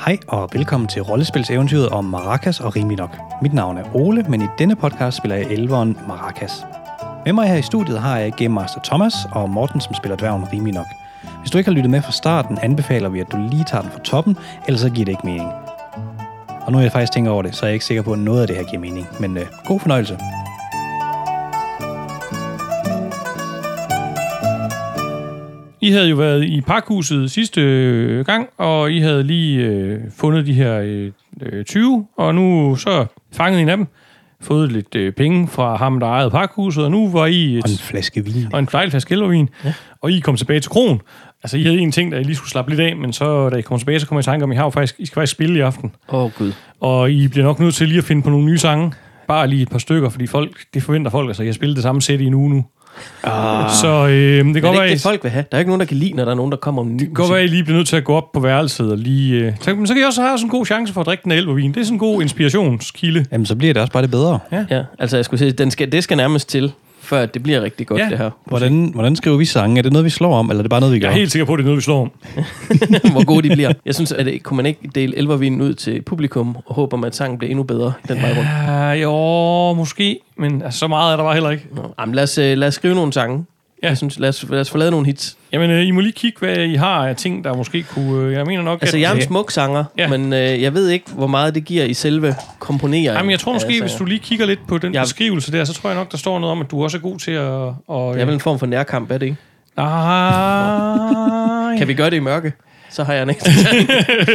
Hej og velkommen til rollespilseventyret om Maracas og Rimelig Nok. Mit navn er Ole, men i denne podcast spiller jeg elveren Maracas. Med mig her i studiet har jeg Game Master Thomas og Morten, som spiller dværgen Rimelig Nok. Hvis du ikke har lyttet med fra starten, anbefaler vi, at du lige tager den fra toppen, ellers så giver det ikke mening. Og nu er jeg faktisk tænker over det, så er jeg ikke sikker på, at noget af det her giver mening. Men god fornøjelse. I havde jo været i pakhuset sidste gang, og I havde lige fundet de her 20, og nu så fangede en af dem, fået lidt penge fra ham, der ejede pakhuset, og nu var I... Og en flaske vin. Og en flaske elvervin, ja. Og I kom tilbage til kroen. Altså, I havde en ting, der I lige skulle slappe lidt af, men så, da I kom tilbage, så kom I i tanke om, I skal faktisk spille i aften. Gud. Og I bliver nok nødt til lige at finde på nogle nye sange. Bare lige et par stykker, fordi det forventer folk, altså, I har spillet det samme sæt i en uge nu. Så det går være, det folk vil have. Der er ikke nogen, der kan lide, når der er nogen, der kommer om ny. Det går være, at I lige bliver nødt til at gå op på værelset og lige... Men så kan I også have sådan en god chance for at drikke den elvervin. Det er sådan en god inspirationskilde. Jamen, så bliver det også bare det bedre. Ja, altså jeg skulle sige, det skal nærmest til, før det bliver rigtig godt, det her. Hvordan skriver vi sange? Er det noget, vi slår om, eller er det bare noget, vi gør? Jeg er helt sikker på, at det er noget, vi slår om. Hvor gode de bliver. Jeg synes, kunne man ikke dele elvervinen ud til publikum, og håber, at sangen bliver endnu bedre den vej rundt? Ja, jo, måske. Men altså, så meget er der bare heller ikke. Jamen, lad os skrive nogle sange. Ja. Jeg synes, lad os få lavet nogle hits. Jamen, I må lige kigge, hvad I har af ting, der måske kunne... Jeg mener nok, altså, jeg er en smuk sanger, men jeg ved ikke, hvor meget det giver i selve komponeringen. Jamen, jeg tror måske, hvis du lige kigger lidt på den beskrivelse der, så tror jeg nok, der står noget om, at du også er god til at... Det er vel en form for nærkamp, er det ikke? Kan vi gøre det i mørke? Så har jeg en ekstra sang.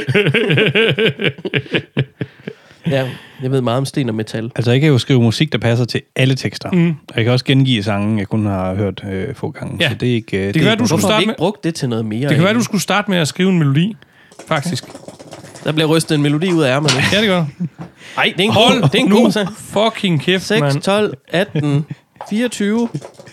Ja, jeg ved meget om sten og metal. Altså, jeg kan jo skrive musik, der passer til alle tekster. Og jeg kan også gengive sange, jeg kun har hørt få gange. Ja. Så det er ikke... Det kan være, du skulle starte ikke brugt det til noget mere. Det kan være, du skulle starte med at skrive en melodi, faktisk. Der bliver rystet en melodi ud af ærmet. Ja, det gør. Ej, det er en god sang. Fucking kæft, 6, mand. 12, 18, 24.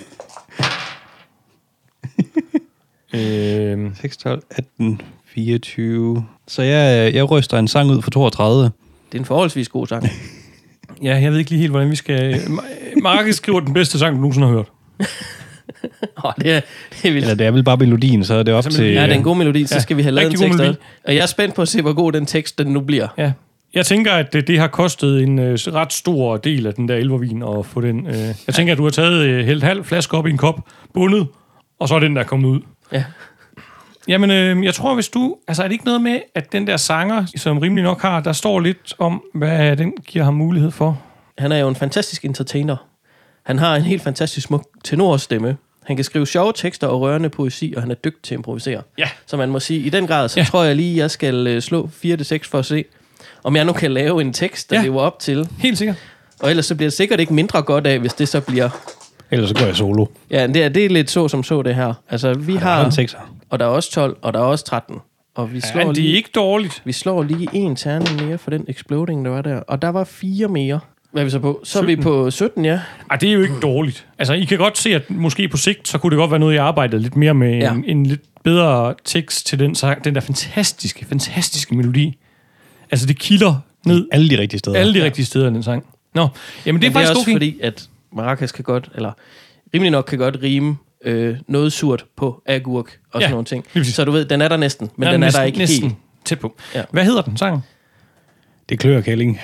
6, 12, 18, 24... Så jeg ryster en sang ud for 32. Det er en forholdsvis god sang. Ja, jeg ved ikke lige helt, hvordan vi skal... Marcus skriver den bedste sang, du nogensinde har hørt. Det er vildt. Eller det er vel bare melodien, så er det op til... Ja, det er en god melodi, så skal vi have lavet en tekst af. Og jeg er spændt på at se, hvor god den tekst den nu bliver. Ja. Jeg tænker, at det har kostet en ret stor del af den der elvervin at få den... Jeg tænker, at du har taget hældt halv flaske op i en kop, bundet, og så er den der kommet ud. Ja. Jamen, jeg tror, hvis du... Altså, er det ikke noget med, at den der sanger, som Rimelig Nok har, der står lidt om, hvad den giver ham mulighed for? Han er jo en fantastisk entertainer. Han har en helt fantastisk smuk tenorstemme. Han kan skrive sjove tekster og rørende poesi, og han er dygtig til at improvisere. Ja. Så man må sige, i den grad, så tror jeg lige, jeg skal slå 4-6 for at se, om jeg nu kan lave en tekst, der lever op til. Helt sikkert. Og ellers så bliver det sikkert ikke mindre godt af, hvis det så bliver... Ellers så går jeg solo. Ja, det er lidt så det her. Altså, vi har... en 6'er. Og der er også 12, og der er også 13. Og vi slår det er ikke dårligt. Vi slår lige en terning mere for den exploding, der var der. Og der var 4 mere. Hvad er vi så på? Så 17. Er vi på 17, ja. Ej, det er jo ikke dårligt. Altså, I kan godt se, at måske på sigt, så kunne det godt være noget, jeg arbejdede lidt mere med en lidt bedre tekst til den der fantastiske melodi. Altså, det kilder ned. Alle de rigtige steder. Alle de rigtige steder, den sang. Nå, jamen det er faktisk også fordi, at Maracas kan godt, eller Rimelig Nok kan godt rime noget surt på agurk og sådan nogle ting. Så du ved, den er der næsten, men den er der ikke næsten helt. Tæt på. Ja. Hvad hedder den sang? Det klør kælling.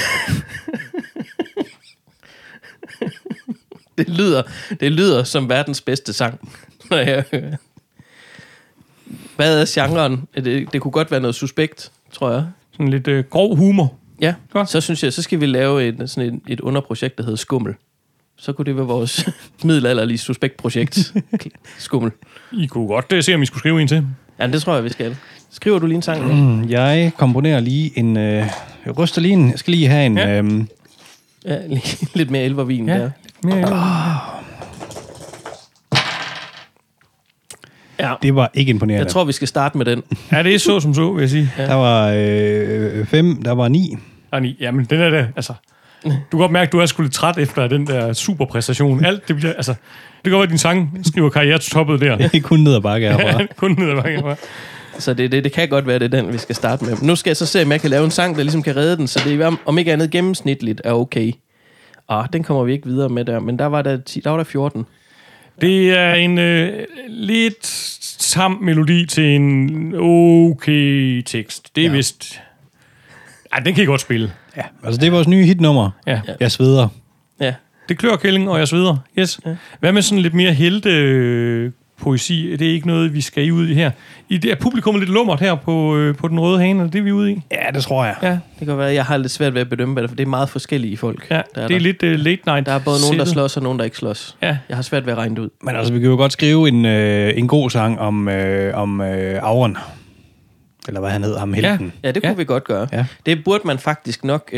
Det lyder som verdens bedste sang. Hvad er genren? Det kunne godt være noget suspekt, tror jeg. Sådan lidt grov humor. Ja, så synes jeg, så skal vi lave et underprojekt, der hedder Skummel. Så kunne det være vores middelalderlige suspektprojekt. Skummel. I kunne godt se, om I skulle skrive en til. Ja, det tror jeg, vi skal. Skriver du lige en sang? Jeg komponerer lige en... jeg ryster lige en... Jeg skal lige have en... Ja, lidt mere elvervin der. Lidt mere elvervin. Ja. Det var ikke imponerende. Jeg tror, vi skal starte med den. Ja, det er så, vil jeg sige. Ja. Der var 5, der var 9. Der er 9. Jamen, den er det, altså... Du kan godt mærke, at du er sgu lidt træt efter den der superpræstation. Alt det bliver, altså... Det kan godt være, at din sang skriver karriere til toppet der. Det er kun ned ad bakke herfra. Kun ned ad bakke herfra. Så det kan godt være, det er den, vi skal starte med. Nu skal jeg så se, om jeg kan lave en sang, der ligesom kan redde den, så det er, om ikke andet gennemsnitligt er okay. Den kommer vi ikke videre med der, men der var der 14. Det er en lidt tam melodi til en okay tekst. Det er vist... Ej, den kan I godt spille. Ja, altså det er vores nye hitnummer. Ja. Jeg sveder. Ja. Det klør kælling, og jeg sveder. Yes. Ja. Hvad med sådan lidt mere helte-poesi? Det er ikke noget, vi skal ud i her. Er publikummet lidt lummert her på den røde hane, og det er vi ude i? Ja, det tror jeg. Ja, det kan være, jeg har lidt svært ved at bedømme det, for det er meget forskellige folk. Ja, det er lidt late night. Der er både nogen, der slås, og nogen, der ikke slås. Ja. Jeg har svært ved at regne det ud. Men altså, vi kan jo godt skrive en god sang om Auron. Eller hvad han hed, ham helten. Ja, det kunne vi godt gøre. Ja. Det burde man faktisk nok,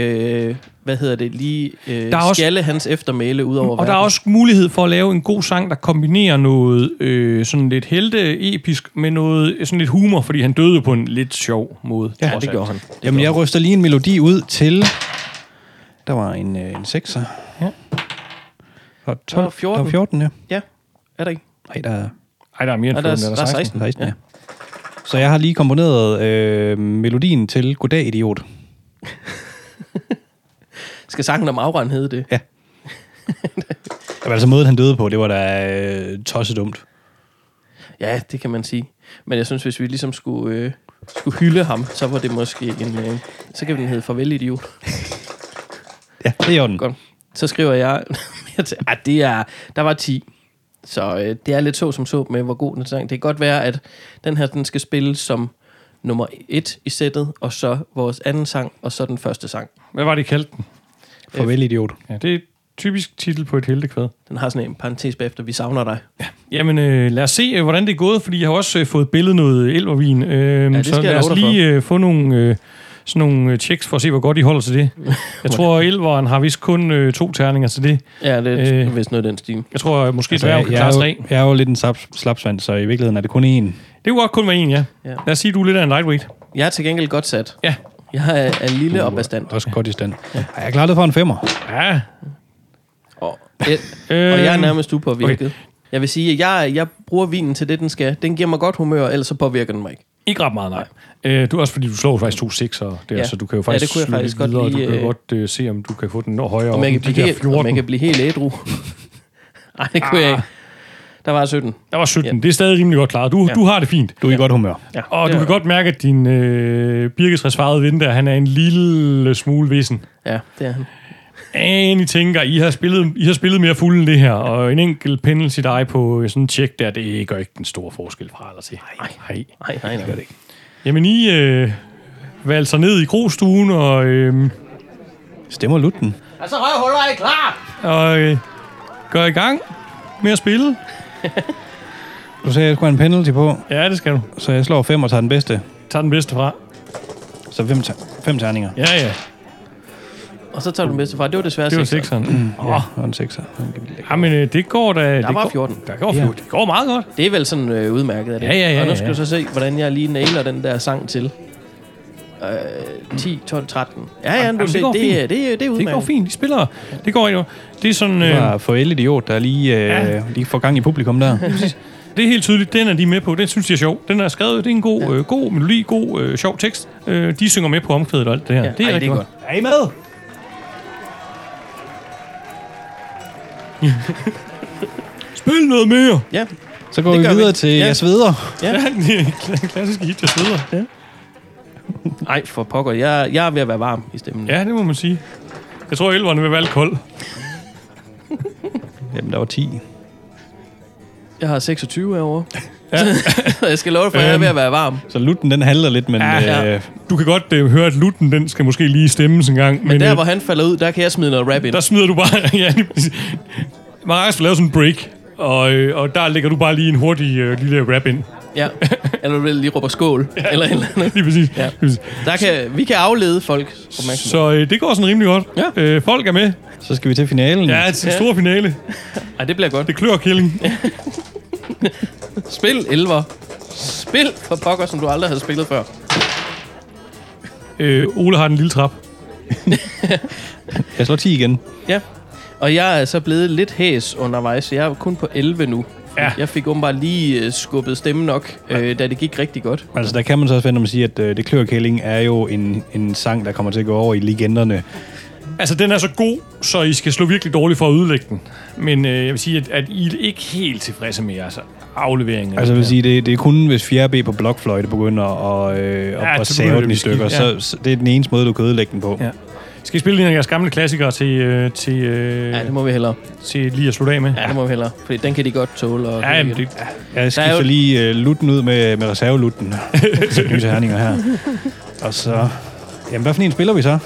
skælde hans eftermæle ud over og verden. Der er også mulighed for at lave en god sang, der kombinerer noget sådan lidt helte-episk med noget sådan lidt humor, fordi han døde på en lidt sjov måde. Ja, det gjorde han. Jamen, jeg ryster lige en melodi ud til... Der var en 6'er. Ja. Og 12, 14. Der var 14, ja. Ja, er der ikke? Nej, der er mere end 14. Der er 16. 16, ja. Så jeg har lige komponeret melodien til Goddag, idiot. Skal sangen om Auron hedde det? Ja. Altså måden han døde på, det var da tosset dumt. Ja, det kan man sige. Men jeg synes, hvis vi ligesom skulle hylde ham, så var det måske så kan den hedde Farvel, idiot. Ja, det er den. Godt. Så skriver jeg... der var 10. Så det er lidt så med, hvor god den sang. Det kan godt være, at den her den skal spilles som nummer 1 i sættet, og så vores anden sang, og så den første sang. Hvad var det, I kaldte den? Farvel, idiot. Ja, det er typisk titel på et heltekvad. Den har sådan en parentes bagefter, vi savner dig. Ja. Jamen, lad os se, hvordan det er gået, fordi jeg har også fået billedet noget elvervin. Så lad os lige få nogle... sådan nogle checks for at se, hvor godt I holder til det. Jeg tror, elveren har vist kun 2 terninger til det. Ja, det er vist noget af den stil. Jeg tror måske, at jeg kan klare 3. Jeg er jo lidt en slapsvand, så i virkeligheden er det kun 1. Det kunne godt kun være 1, ja. Lad os sige, du er lidt af en lightweight. Jeg er til gengæld godt sat. Ja. Jeg er lille og bestand. Også godt i stand. Ja. Jeg er klar lidt for en 5'er. Ja. Og jeg er nærmest upåvirket. Okay. Jeg vil sige, at jeg bruger vinen til det, den skal. Den giver mig godt humør, ellers så påvirker den mig ikke. Ikke ret meget, nej. Du også fordi du slår faktisk 2 6'er der, så du kan jo faktisk det kunne jeg faktisk godt lide. Du kan jo godt se, om du kan få den højere. Og man kan blive helt ædru. Nej, det kunne jeg ikke. Der var 17. Der var 17. Ja. Det er stadig rimelig godt klaret. Du har det fint. Du er i godt humør. Ja. Og du kan godt mærke, at din birketræsfarvede ven der, han er en lille smule vissen. Ja, det er han. I tænker, I har spillet mere fuld end det her, og en enkelt penalty dig på sådan en check der, det gør ikke den store forskel fra eller til. Nej, det gør det ikke. Jamen, I valgte sig ned i krogstuen og... Stemmer lutten. Altså, røvhuller er I klar! Og går i gang med at spille. Du sagde, at jeg skulle have en penalty på. Ja, det skal du. Så jeg slår 5 og tager den bedste. Tager den bedste fra. Så 5 terninger. Ja. Og så tager du den bedste fra. Det var desværre 6'eren. Det var 6'eren. Ja, og en 6'er. Jamen, det går da... Der var 14. Der går 14. Det går meget godt. Det er vel sådan udmærket af det. Ja. Og nu skal du så se, hvordan jeg lige nailer den der sang til. 10, 12, 13. Ja, du ser, det er udmærket. Det går fint. De spiller. Det går jo. Det er sådan... Det var Farvel, idiot, der lige får gang i publikum der. Det er helt tydeligt. Den er de med på. Den synes jeg er sjov. Den er skrevet. Det er en god melodi, god sjov tekst. De synger med på omkvædet og alt det her. Ja, det er rigtig godt. Er I med? Spil noget mere. Ja. Så går vi videre til Jeg sveder. Ja, det er klassisk hit, Jeg sveder. Ja. Ej, for pokker. Jeg er ved at være varm i stemmen. Ja, det må man sige. Jeg tror, elverne vil være lidt kold. Jamen, der var 10. Jeg har 26 herovre. Ja. Jeg skal love dig for, at jeg er ved at være varm. Så lutten, den halter lidt, men... Du kan godt høre, at lutten, den skal måske lige stemmes en gang. Men der, hvor han falder ud, der kan jeg smide noget rap ind. Der smider du bare... Ja, Marcus får lavet sådan en break, og der lægger du bare lige en hurtig lille rap ind. Ja, eller du vil lige råbe skål, eller et eller andet. Lige præcis. Ja. Vi kan aflede folk. Så det går sådan rimelig godt. Ja. Folk er med. Så skal vi til finalen. Ja, til en stor finale. Ej, det bliver godt. Det klør killing. Spil, elver. Spil for pokker, som du aldrig havde spillet før. Ole har den lille trap. Jeg slår 10 igen. Ja, og jeg er så blevet lidt hæs undervejs. Jeg er kun på 11 nu. Ja. Jeg fik åbenbart lige skubbet stemmen nok, da det gik rigtig godt. Altså, der kan man så også vende om at sige, at Det klør kælling er jo en sang, der kommer til at gå over i legenderne Altså, den er så god, så I skal slå virkelig dårligt for at ødelægge den. Men jeg vil sige, at I er ikke helt tilfredse med jeres aflevering. Altså, jeg vil sige, det er kun, hvis 4B på blokfløjte begynder at save den i stykker. Så det er den eneste måde, du kan ødelægge den på. Ja. Skal I spille en af jeres gamle klassikere til ja, det må vi hellere. Til lige at slutte af med? Ja, det må vi hellere. Fordi den kan de godt tåle. Og ja, jamen, jeg skifter lige lutten ud med reservelutten. Så nye terninger her. Og så... Jamen, hvad for en spiller vi så?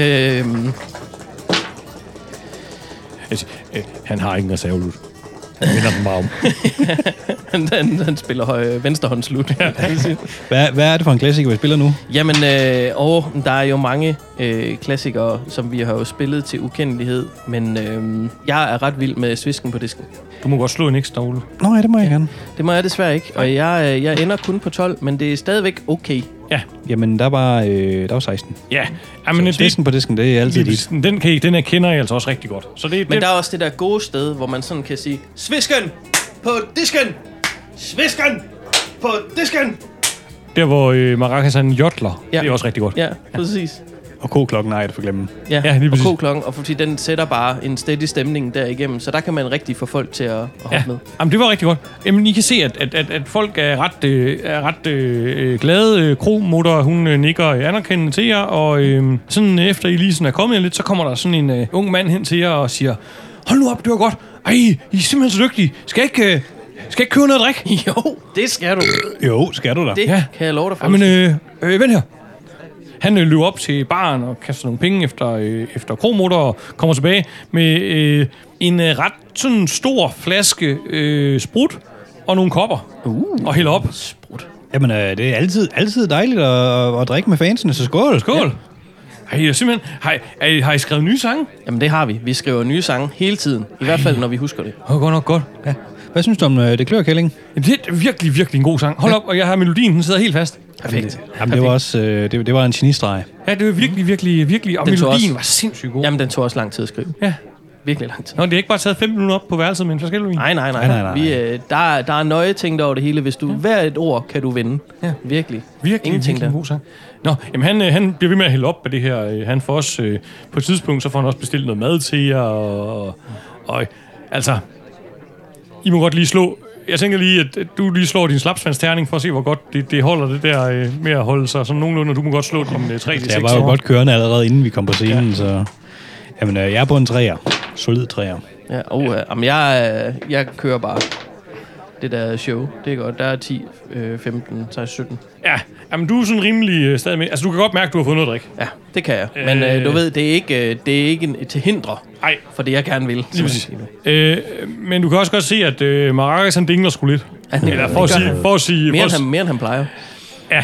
Han har ikke en reservelut. Han minder den bare om. Han spiller venstrehåndslut. Ja. Hvad er det for en klassiker, vi spiller nu? Jamen, der er jo mange klassikere, som vi har jo spillet til ukendelighed. Men jeg er ret vild med Svisken på disken. Du må godt slå en ekstra, Ole. Nå, ja, det må jeg gerne. Det må jeg desværre ikke. Og jeg ender kun på 12, men det er stadigvæk okay. Ja. Jamen, der var 16. Ja. Jamen, Svisken på disken, det er altid dit. Den kender jeg altså også rigtig godt. Så men der er også det der gode sted, hvor man sådan kan sige, Svisken på disken! Svisken på disken! Der, hvor Maracas er en jodler. Ja. Det er også rigtig godt. Ja, præcis. Og K-klokken er et for glemme. Ja, lige præcis. Og K-klokken, og fordi den sætter bare en steady stemning derigennem, så der kan man rigtig få folk til at hoppe med. Jamen, det var rigtig godt. Jamen, I kan se, at folk er ret glade. Kromotor, hun nikker anerkendende til jer, og sådan efter I lige sådan er kommet lidt, så kommer der sådan en ung mand hen til jer og siger, hold nu op, det var godt. Ej, I er simpelthen så dygtige. Skal jeg ikke købe noget at drikke? Jo, det skal du. Jo, skal du da. Det kan jeg love dig for. Jamen, vent her. Han løber op til baren og kaster nogle penge efter kromotor og kommer tilbage med en ret sådan stor flaske sprut og nogle kopper og hælder op. Sprut. Jamen, det er altid dejligt at drikke med fansene, så skål. Skål. Ja. Simpelthen, har I skrevet nye sange? Jamen, det har vi. Vi skriver nye sange hele tiden. I hvert fald, når vi husker det. Godt nok godt. Ja. Hvad synes du om Det klør kælling? Det er virkelig, virkelig en god sang. Hold op, og jeg har melodien, den sidder helt fast. Perfekt. Jamen, det var også det var en genistreg. Ja, det var virkelig, og melodien var sindssygt god. Jamen, den tog også lang tid at skrive. Ja. Virkelig lang tid. Nå, det er ikke bare taget 5 minutter op på værelset med en forskellig. Nej. Der er nøje tænkt over det hele. Hvis du hver et ord kan du vinde. Ja. Virkelig Virkelig en god sang. Nå, jamen han bliver ved med at hælde op på det her. Han får også på et tidspunkt, så får han også bestilt noget mad til jer. Og altså, I må godt lige slå. Jeg tænker lige, at du lige slår din slapsvandsterning for at se, hvor godt det holder det der med at holde sig sådan nogenlunde. Du må godt slå din 3-6. Jeg var jo godt kørende allerede, inden vi kom på scenen, så... Jamen, jeg er på en 3'er. Solid 3'er. Ja, jamen, jeg kører bare det der show. Det er godt. Der er 10, 15, 16, 17. Ja, jamen du er sådan rimelig stadig med. Altså, du kan godt mærke, at du har fået noget at drikke. Ja, det kan jeg. Men du ved, det er ikke til hindre. Nej. For det, jeg gerne vil. Men du kan også godt se, at Maracas, han dingler sgu lidt. Eller for at sige... Mere end han plejer. Ja.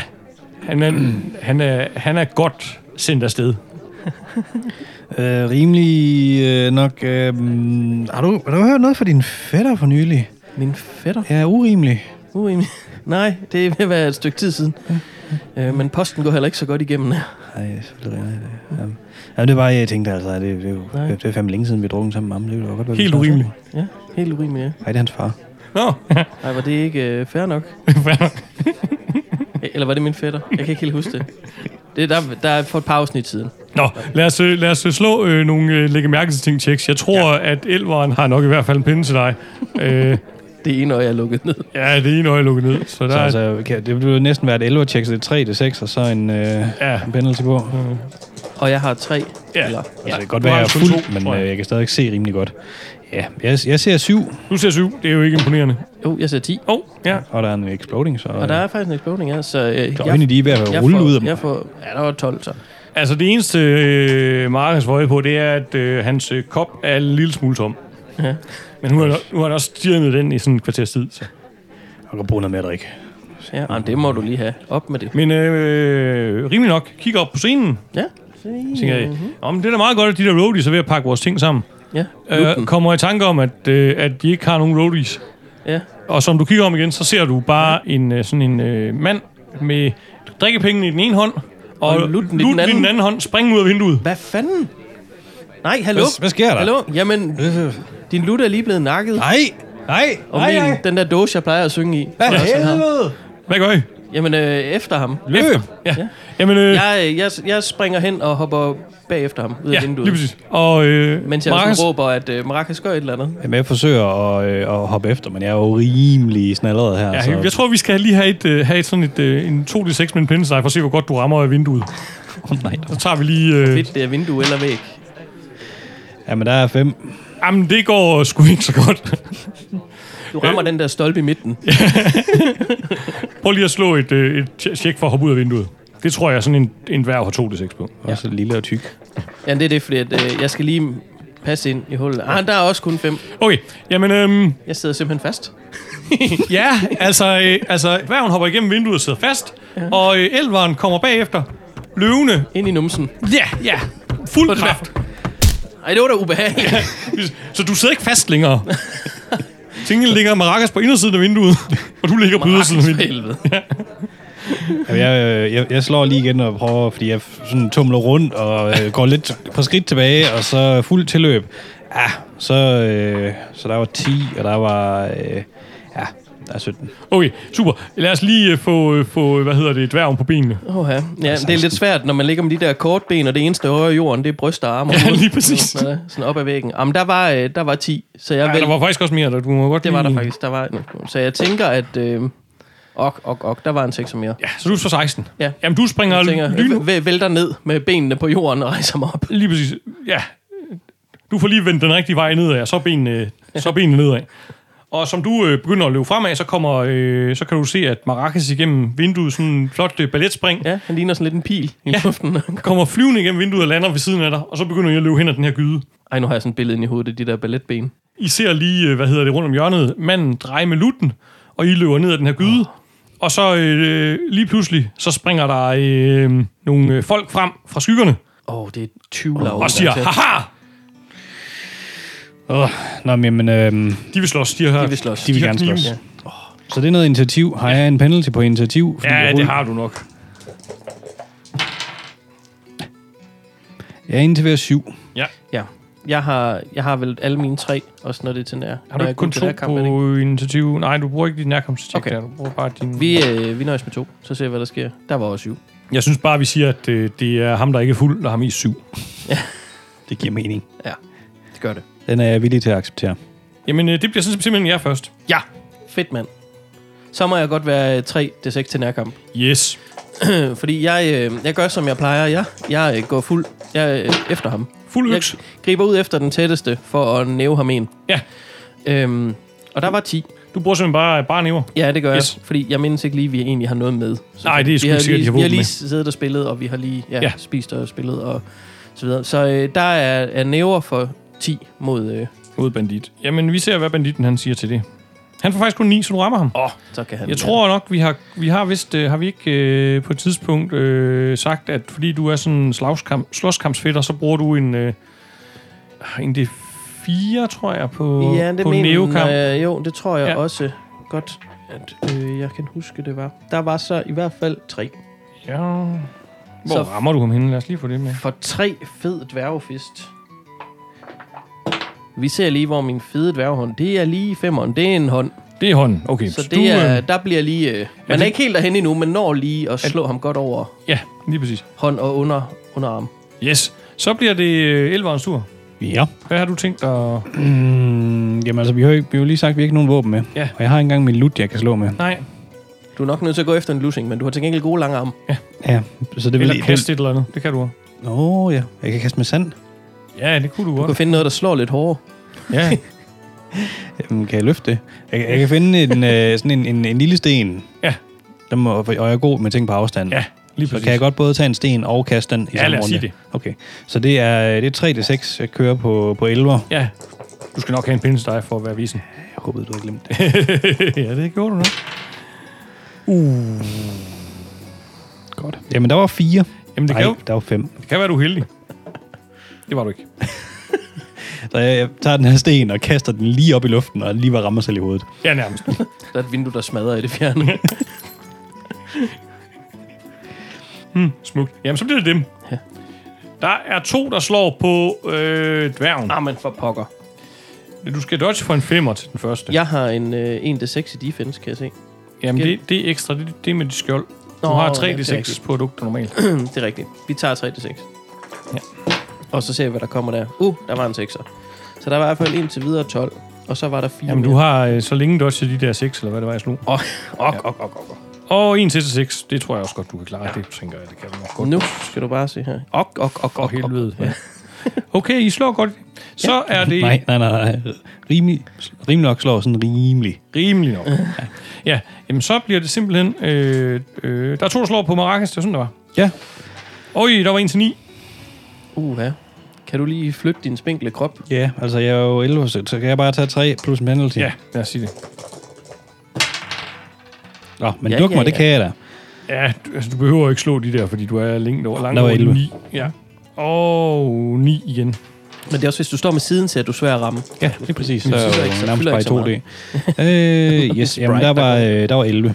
Han er godt sendt afsted. Rimelig nok... Har du hørt noget fra din fætter for nylig? Min fætter? Ja, urimelig. Urimelig? Nej, det er ved at være et stykke tid siden. Men posten går heller ikke så godt igennem her. Nej, selvfølgelig. Ja, det var jeg tænkte altså, det er fandme længe siden, vi drukket sammen med ham. Det var godt, helt urimeligt. Ja, helt urimeligt, ja. Nej, det er hans far. Nå. Nej, var det ikke fair nok? Fair nok. Eller var det min fætter? Jeg kan ikke helt huske det. Det der er for et par afsnit siden. Nå, lad os slå nogle lægge mærke til ting checks. Jeg tror, at elveren har nok i hvert fald en pinde til dig. Det ene øje er lukket ned. Ja, det ene øje er lukket ned. Så der altså, det ville næsten være et 11-check, så det er 3-6, og så en penalty på. Og jeg har 3. Ja. Eller, det kan godt være, jeg er fuld, men jeg kan stadig se rimelig godt. Ja, jeg ser 7. Du ser 7, det er jo ikke imponerende. Jo, jeg ser 10. Ja. Og der er en exploding, så... Og der er faktisk en exploding, ja. Så øjnene, de er ved at rulle ud af dem. Der var 12, så. Altså, det eneste Marcus får øje på, det er, at hans kop er en lille smule tom. Ja. Men nu har han også styrnet den i sådan en kvarters tid, så... Jeg kan bruge noget mere at drikke. Ja, det må du lige have. Op med det. Men rimelig nok. Kigger op på scenen. Ja. Tænker jeg, det er da meget godt, at de der roadies er ved at pakke vores ting sammen. Ja. Kommer i tanke om, at de ikke har nogen roadies. Ja. Og som du kigger om igen, så ser du bare sådan en mand med drikkepengene i den ene hånd, og lutten i den anden hånd, springe ud af vinduet. Hvad fanden? Nej, hallo? Hvad sker der? Hallo? Jamen, din lut er lige blevet nakket. Nej. Og den der dåse, jeg plejer at synge i. Hvad helvede? Hvad gør I? Jamen, efter ham. Løb! Ja. Ja. Jamen, Jeg springer hen og hopper bagefter ham ud af vinduet. lige præcis. Og Mens jeg Marcus, sådan råber, at Marcus gør et eller andet. Jamen, jeg forsøger at hoppe efter, men jeg er jo rimelig snallerede her. ja, jeg tror, vi skal lige have et sådan en 2D6 med en pinsej, for at se, hvor godt du rammer af vinduet. Nej. Så tager vi lige... Fedt, det er vindue eller væg. Jamen, der er 5. Jamen, det går sgu ikke så godt. Du rammer den der stolpe i midten. Prøv lige at slå et tjek for at hoppe ud af vinduet. Det tror jeg er sådan en dværg har 2D6 på. Også lidt og tyk. Ja, det er det, fordi at, jeg skal lige passe ind i hullet. Der er også kun 5. Okay, jamen... Jeg sidder simpelthen fast. ja, altså dværgen hopper igennem vinduet og sidder fast, og elveren kommer bagefter, løvende. Ind i numsen. Ja, fuld kraft. Ej, det var da ubehageligt. Så du sidder ikke fast længere. Tingene ligger Maracas på indersiden af vinduet, og du ligger på ydersiden af vinduet. Jamen, jeg slår lige igen og prøver, fordi jeg sådan tumler rundt og går lidt på skridt tilbage, og så fuld tilløb. Ja, så der var 10, og der var... der er 17. Okay, super. Lad os lige få dværgen på benene. Ja, det er lidt svært, når man ligger med de der kortben, og det eneste øje i jorden, det er bryst og arme. Ja, lige præcis. Sådan op ad væggen. Jamen, der var 10, så jeg der var faktisk også mere, du må godt det var der faktisk, der var. Så jeg tænker, at... der var en 6 mere. Ja, så du er så 16. Ja. Jamen, du springer vælter ned med benene på jorden og rejser mig op. Lige præcis. Ja. Du får lige vendt den rigtige vej nedad, og så benene nedad. Og som du begynder at løbe fremad, så kan du se, at Maracas igennem vinduet, sådan en flot balletspring. Ja, han ligner sådan lidt en pil i luften. Kommer flyvende igennem vinduet og lander ved siden af dig, og så begynder I at løbe hen ad den her gyde. Ej, nu har jeg sådan et billede ind i hovedet af de der balletben. I ser lige, rundt om hjørnet, manden dreje med lutten, og I løber ned ad den her gyde. Og så lige pludselig, så springer der nogle folk frem fra skyggerne. Det er 20 lav. Og siger, haha! De vil slås, de vil slås. De vil gerne slås. Ja. Så det er noget initiativ. Har jeg en penalty på initiativ? Ja, det har du nok. Jeg er indtil ved 7. Ja. Jeg har vel alle mine 3, også når det er til nær. Har du ikke kun 2 på initiativ? Nej, du bruger ikke din nærkomsttjek der. Du bruger bare din... Vi nøjes med 2, så ser vi, hvad der sker. Der var også 7. Jeg synes bare, vi siger, at det er ham, der ikke er fuld, der har mest 7. Ja. Det giver mening. Ja, det gør det. Den er jeg villig til at acceptere. Jamen, det bliver simpelthen jer først. Ja, fedt mand. Så må jeg godt være 3d6 til nærkamp. Yes. Fordi jeg gør, som jeg plejer. Jeg går fuld. Jeg efter ham. Fuld øks. Jeg griber ud efter den tætteste, for at næve ham en. Ja. Og der var 10. Du bruger simpelthen bare næver? Ja, det gør jeg. Fordi jeg mindes ikke lige, at vi egentlig har noget med. Så nej, det er sgu ikke sikkert, de har våben med. Vi har lige med. siddet og spillet, og vi har lige spist og spillet og så videre. Så der er næver for 10 mod bandit. Jamen, vi ser, hvad banditten han siger til det. Han får faktisk kun 9, så du rammer ham. Så kan han. Jeg tror nok, vi har vist, har vi ikke på et tidspunkt sagt, at fordi du er sådan en slåskampsfætter, så bruger du en D4, tror jeg, på neokamp. Jo, det tror jeg også godt, at jeg kan huske, det var. Der var så i hvert fald 3. Ja. Hvor rammer du ham henne? Lad os lige få det med. For 3 fed dværgefist. Vi ser lige, hvor min fede dværghånd, det er lige 5'eren. Det er en hånd. Det er hånden, okay. Så det der bliver lige... man er ikke helt derhen endnu, men når lige at slå ham godt over. Ja, lige præcis. Hånd og underarm. Yes. Så bliver det elverens tur. Ja. Hvad har du tænkt at... Jamen altså, vi har jo lige sagt, at vi ikke har nogen våben med. Ja. Og jeg har ikke engang min lut, jeg kan slå med. Nej. Du er nok nødt til at gå efter en lussing, men du har til gengæld gode lange arme. Ja. Så det vil eller kaste et eller andet. Det kan du også. Ja. Jeg kan kaste med sand. Ja, det kunne du godt. Du kan finde noget, der slår lidt hårdere. Ja. Jamen, kan jeg løfte det? Jeg kan finde sådan en lille sten. Ja. Og jeg er god med ting på afstand. Ja, lige præcis. Så kan jeg godt både tage en sten og kaste den i samme runde? Sige det. Okay. Så det er 3d6, jeg kører på 11. Ja. Du skal nok have en pinsesteg for at være visen. Jeg håbede, du ikke glemte det. Ja, det gjorde du nok. Godt. Jamen, der var 4. Jamen, der var 5. Det kan være, du er heldig. Det var du ikke. Så jeg tager den her sten og kaster den lige op i luften, og lige var rammer selv i hovedet. Ja, nærmest. Der er et vindue, der smadrer i det fjerne. Smukt. Jamen, så bliver det dem. Ja. Der er 2, der slår på dværgen. Men for pokker. Du skal dodge for en 5'er til den første. Jeg har en D6 i defense, kan jeg se. Jamen, det er ekstra. Det er med de skjold. Du har 3d6 produkter normalt. Det er rigtigt. Vi tager 3d6. Ja. Og så ser vi, hvad der kommer der. Der var en 6'er. Så der var i hvert fald indtil videre 12. Og så var der 4. Jamen, du har så længe dodge de der 6, eller hvad det var, jeg slog. Og 1 til 6, det tror jeg også godt, du kan klare. Det tænker jeg, det kan du nok godt. Nu skal du bare se her. Og helvede. Ja. Okay, I slår godt. Så er det... Nej. Rimelig nok slår sådan rimelig. Rimelig nok. Ja, jamen så bliver det simpelthen... der er 2, der slår på Maracas, det var sådan, der var. Ja. Oj, der var 1 til 9. Ja. Kan du lige flytte din spinkle krop? Ja, altså jeg er jo 11, så kan jeg bare tage 3 plus en penalty. Ja, lad os sige det. Nå, men duk mig, det kan jeg da. Ja, altså, du behøver ikke slå de der, fordi du er langt Der var 11. 9. Ja. Og 9 igen. Men det er også, hvis du står med siden til, at du er svær at ramme. Ja, det er præcis. Så fylder er ikke så- nærmest fylder bare ikke i 2D. Yes, jamen der var 11.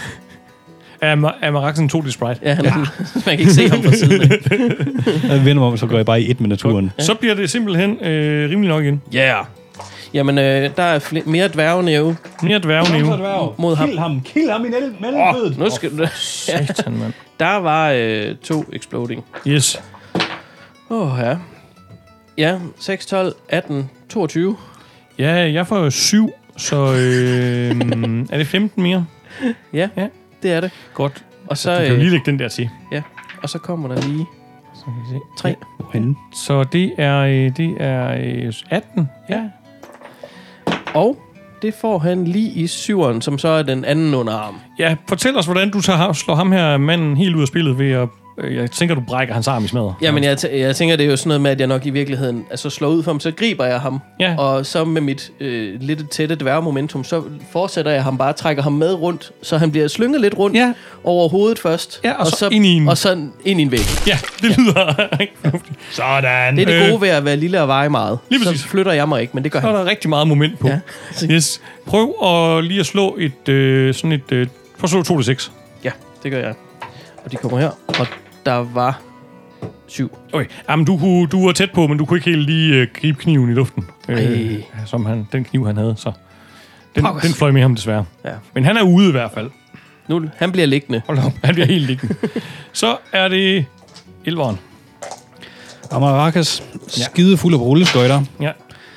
Er Maracas en 2D sprite? Ja, man kan ikke se ham fra siden af. Jeg vender mig om, så går jeg bare i 1 med naturen. Så bliver det simpelthen rimelig nok igen. Ja. Yeah. Jamen, der er mere dværgenæve Mere dværgnæve. mod ham. Kill ham i mellemfødet. Nu skal du... Satan, mand. Der var 2 exploding. Yes. Ja. Ja, 6, 12, 18, 22. Ja, jeg får jo 7, så er det 15 mere? Ja, det er det. Godt. Og så, Du kan jo lige lægge den der til. ja, og så kommer der lige Så kan vi se. 3. Henne? Så det er 18. Ja. Og det får han lige i 7'eren, som så er den anden underarm. Ja, fortæl os, hvordan du slår ham her manden helt ud af spillet ved at... Jeg tænker, du brækker hans arm i smadret. Jamen, jeg tænker, det er jo sådan noget med, at jeg nok i virkeligheden slår ud for ham, så griber jeg ham. Ja. Og så med mit lidt tætte dværgemomentum, så fortsætter jeg ham bare, trækker ham med rundt, så han bliver slynget lidt rundt Ja. over hovedet først. Ja, og så ind i en... Og så ind i en væg. Ja, det lyder rigtig fornuftigt. Sådan. Det er det gode ved at være lille og veje meget. Lige præcis. Så flytter jeg mig ikke, men det gør Så er han. der rigtig meget moment på. Ja. Yes. Prøv lige at slå et... sådan et... prøv at slå 2-6. Ja, det gør jeg. Og de kommer her, og der var 7. Okay. Jamen, du var tæt på, men du kunne ikke helt lige gribe kniven i luften. Som den kniv, han havde. Så den fløj med ham desværre. Ja. Men han er ude i hvert fald. Nu, han bliver liggende. Hold op, han bliver helt liggende. Så er det 11'eren. Maracas skide fuld af rulleskøjter. Ja.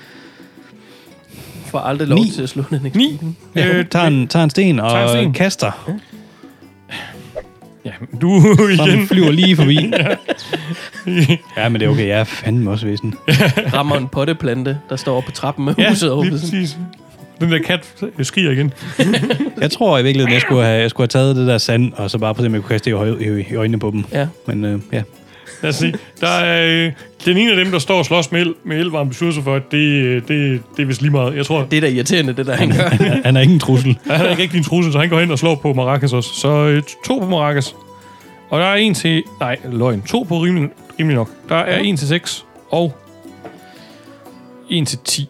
Får aldrig lov 9. til at slå den 9. Tager en sten og kaster. Ja, du Så igen. den flyver lige forbi. Ja, men det er okay. Jeg er fandme også væsen. Rammer en potteplante, der står på trappen med Ja, huset lige åbent. præcis. Den der kat skriger igen. Jeg tror i virkeligheden, jeg skulle have taget det der sand, og så bare på det, jeg kunne kaste i øjnene på dem. Ja. Men ja. Lad os se. Der er den ene af dem, der står og slås med Elvarm, beslutter sig for, at det er vist lige meget. Jeg tror, Det er da irriterende, det der han gør. Han er ikke en trussel. han er ikke rigtig en trussel, så han går hen og slår på Maracas også. Så 2 på Maracas. Og der er 1 til... Nej, løgn. 2 på rimelig nok. Der er 1 til 6 og 1 til 10.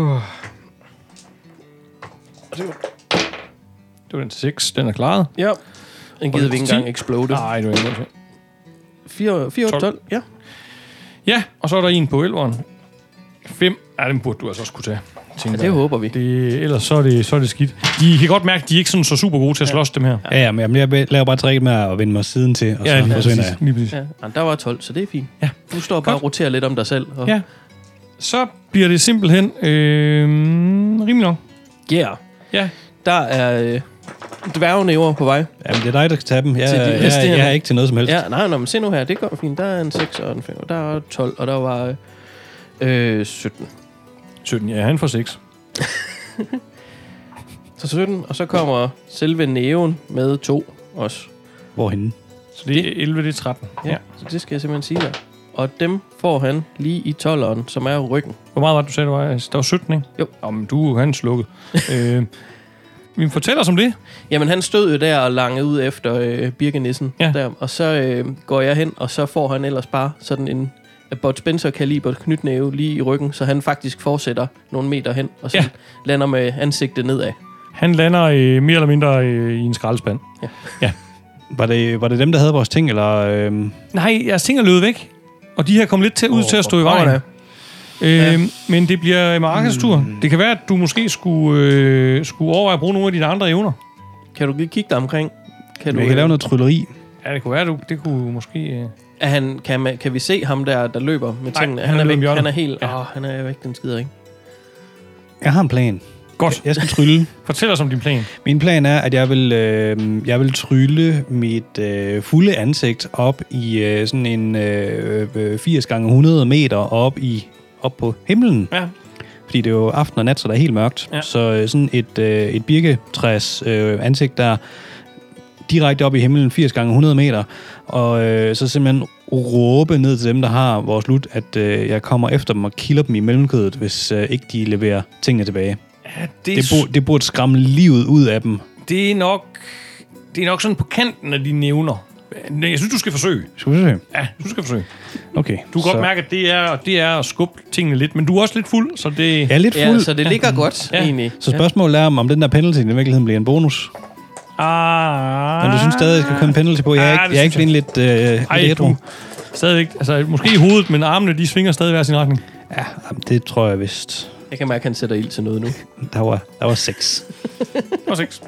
Det var den til 6. Den er klaret. Ja. Den gider vi ikke engang 10. explode. Nej, det var ikke 4, 12. Ja. Ja, og så er der 1 på 11'eren. 5. Ja, den burde du altså også kunne tage. Ja, det håber vi. Ellers så er det skidt. De kan godt mærke, at de er ikke sådan så super gode til at slås dem her. Ja, men jeg laver bare træk med at vende mig siden til, og så lige forsvinder præcis. jeg. Lige præcis. Ja, der var 12, så det er fint. Ja. Du står bare og roterer lidt om dig selv. Og... Ja. Så bliver det simpelthen rimelig nok. Yeah. Ja. Der er dværgenæver på vej. Jamen, det er dig, der skal tage dem. Til de Jeg resterende. er ikke til noget som helst. Ja, nej, men se nu her, det går fint. Der er en 6 og en 5, og der er 12, og der var 17. 17, ja, han får 6. Så 17, og så kommer selve næven med 2 også. Hvorhenne? Så det er 11, det er 13. Ja, så det skal jeg simpelthen sige der. Og dem får han lige i 12'eren, som er ryggen. Hvor meget var det, du sagde, det var? Der var 17, ikke? Jo. Men du er han slukket. Vi fortæller os om det. Jamen, han stod jo der og langede ud efter birkenissen. Ja. Der, og så går jeg hen, og så får han ellers bare sådan en Bud Spencer-kaliber knytnæve lige i ryggen, så han faktisk fortsætter nogle meter hen, og så lander med ansigtet nedad. Han lander mere eller mindre i en skraldespand. Ja. Var det dem, der havde vores ting, eller... Nej, jeres ting er løbet væk. Og de her kom lidt ud til at stå i vejen. Men det bliver Maracas tur. Det kan være, at du måske skulle overveje at bruge nogle af dine andre evner. Kan du lige kigge dig omkring? Jeg kan lave noget trylleri. Ja, det kunne være, det kunne måske... Kan vi se ham der løber med tingene? Nej, han er væk. væk. Han er helt... Ja. Han er væk, den skider, ikke? Jeg har en plan. Godt. Jeg skal trylle. Fortæl os om din plan. Min plan er, at jeg vil trylle mit fulde ansigt op i sådan en 80 gange 100 meter op på himlen. Ja. Fordi det er jo aften og nat, så der er helt mørkt. Ja. Så sådan et birketræs ansigt, der direkte op i himlen 80 gange 100 meter. Og så simpelthen råbe ned til dem, der har vores lut, at jeg kommer efter dem og kilder dem i mellemkødet, hvis ikke de leverer tingene tilbage. Ja, Det burde skræmme livet ud af dem. det er nok sådan på kanten af dine nævner. Jeg synes, du skal forsøge. Skal vi se? Ja, du skal forsøge. Okay. Du kan godt mærke, at det er at skubbe tingene lidt, men du er også lidt fuld, så det... Jeg er lidt fuld. Ja, så det ligger godt, Ja. egentlig. Så spørgsmålet er, om den der penalty i virkeligheden bliver en bonus. Men du synes stadig, at jeg skal køre en penalty på? Jeg er ikke synes lidt retro. Stadigvæk, altså måske i hovedet, men armene, de svinger stadig hver sin retning. Ja, det tror jeg vist. Jeg kan mærke, at han sætter ild til noget nu. Der var 6. Og 6.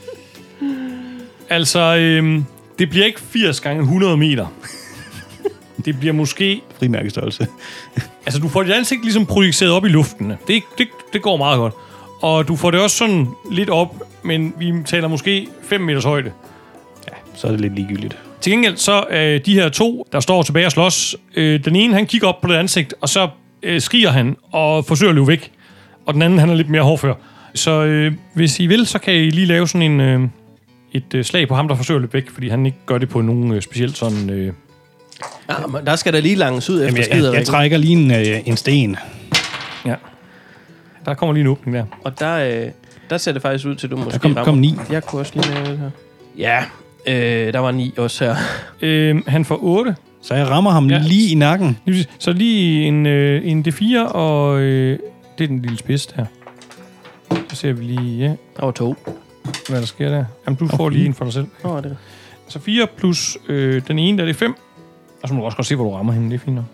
Altså, det bliver ikke 80 gange 100 meter. Det bliver måske... Frimærkestørrelse. Altså, du får dit ansigt ligesom projiceret op i luften. Det går meget godt. Og du får det også sådan lidt op, men vi taler måske 5 meters højde. Ja, så er det lidt ligegyldigt. Til gengæld så de her to, der står tilbage og slås, den ene han kigger op på det ansigt, og så skriger han og forsøger at løbe væk. Og den anden han er lidt mere hårdfør. Så hvis I vil, så kan I lige lave sådan et slag på ham, der forsøger at løbe væk, fordi han ikke gør det på nogen specielt sådan... Ja, men der skal der lige langes ud efter Jamen, skider. jeg trækker lige en sten. Ja. Der kommer lige en åbning der. Og der ser det faktisk ud til, at du måske kom 9. Jeg kunne også lige lave det her. Ja, der var 9 også her. Han får 8. Så jeg rammer ham lige i nakken. Så lige en D4, og det er den lille spids der. Så ser vi lige, Der var 2. hvad der sker der. Jamen, du får lige en for dig selv. Nå, det. Så 4 plus den ene, der er det 5. Og så må du også godt se, hvor du rammer hende. Det er fint nok.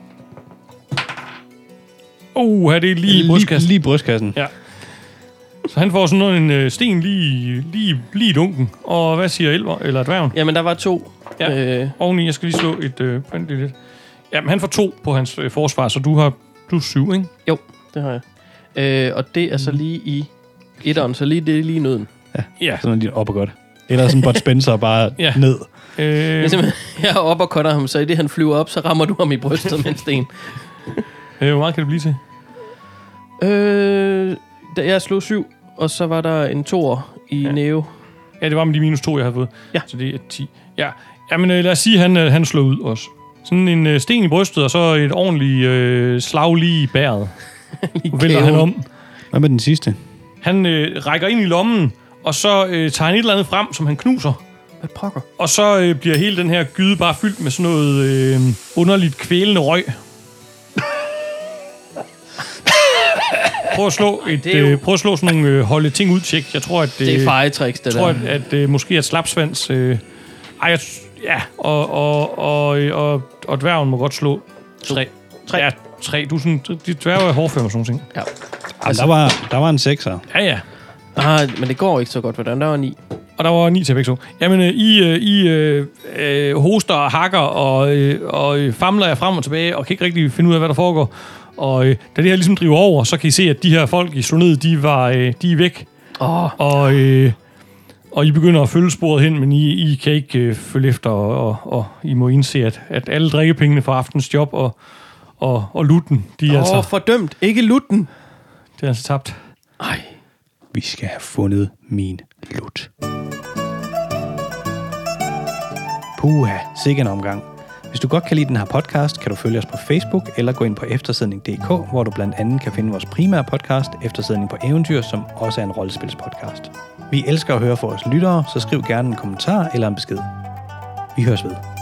Her det er lige i brystkassen. Lige i brystkassen. Ja. Så han får sådan noget, en sten lige i dunken. Og hvad siger Elver, eller dværgen? Jamen, der var 2. Ja. Oveni, jeg skal lige slå et point lidt. Jamen, han får 2 på hans forsvar, så du har plus 7, ikke? Jo, det har jeg. Og det er så lige i etteren, så det er lige nøden. Ja. Sådan lige op og godt. Eller sådan Bud Spencer bare ned. Jeg er oppe og cutter ham, så i det han flyver op, så rammer du ham i brystet med en sten. Hvor meget kan det blive til? Da jeg slog 7, og så var der en 2'er i næve. Ja, det var med de minus 2, jeg havde fået. Ja. Så det er 10. Ja, men lad os sige, han slår ud også. Sådan en sten i brystet, og så et ordentligt slag lige i bæret. Nu vælter han om. Hvad med den sidste? Han rækker ind i lommen, og så tager han et eller andet frem, som han knuser. Hvad pokker? Og så bliver hele den her gyde bare fyldt med sådan noget underligt kvælende røg. Prøv at slå sådan nogle holde ting ud tjek. Jeg tror, at det er fejetricks, det der. Jeg tror, at måske at slapsvans... og dværgen må godt slå 3. Ja, 3. De dværge er hårdfør med sådan nogle ting. Ja. Altså, der var en 6'er. Ja. Men det går ikke så godt, hvordan der var 9. Og der var 9 til begge to. Jamen, I hoster og hakker og famler jer frem og tilbage, og kan ikke rigtig finde ud af, hvad der foregår. Og da det her ligesom driver over, så kan I se, at de her folk, I slog ned, de er væk. Og I begynder at følge sporet hen, men I kan ikke følge efter, og I må indse, at alle drikkepengene fra aftens job og lutten, de er altså... fordømt. Ikke lutten. Det er altså tabt. Ej. Vi skal have fundet min lut. Puha, sikke en omgang. Hvis du godt kan lide den her podcast, kan du følge os på Facebook eller gå ind på eftersidning.dk, hvor du blandt andet kan finde vores primære podcast, Eftersidning på Eventyr, som også er en rollespilspodcast. Vi elsker at høre fra vores lyttere, så skriv gerne en kommentar eller en besked. Vi høres ved.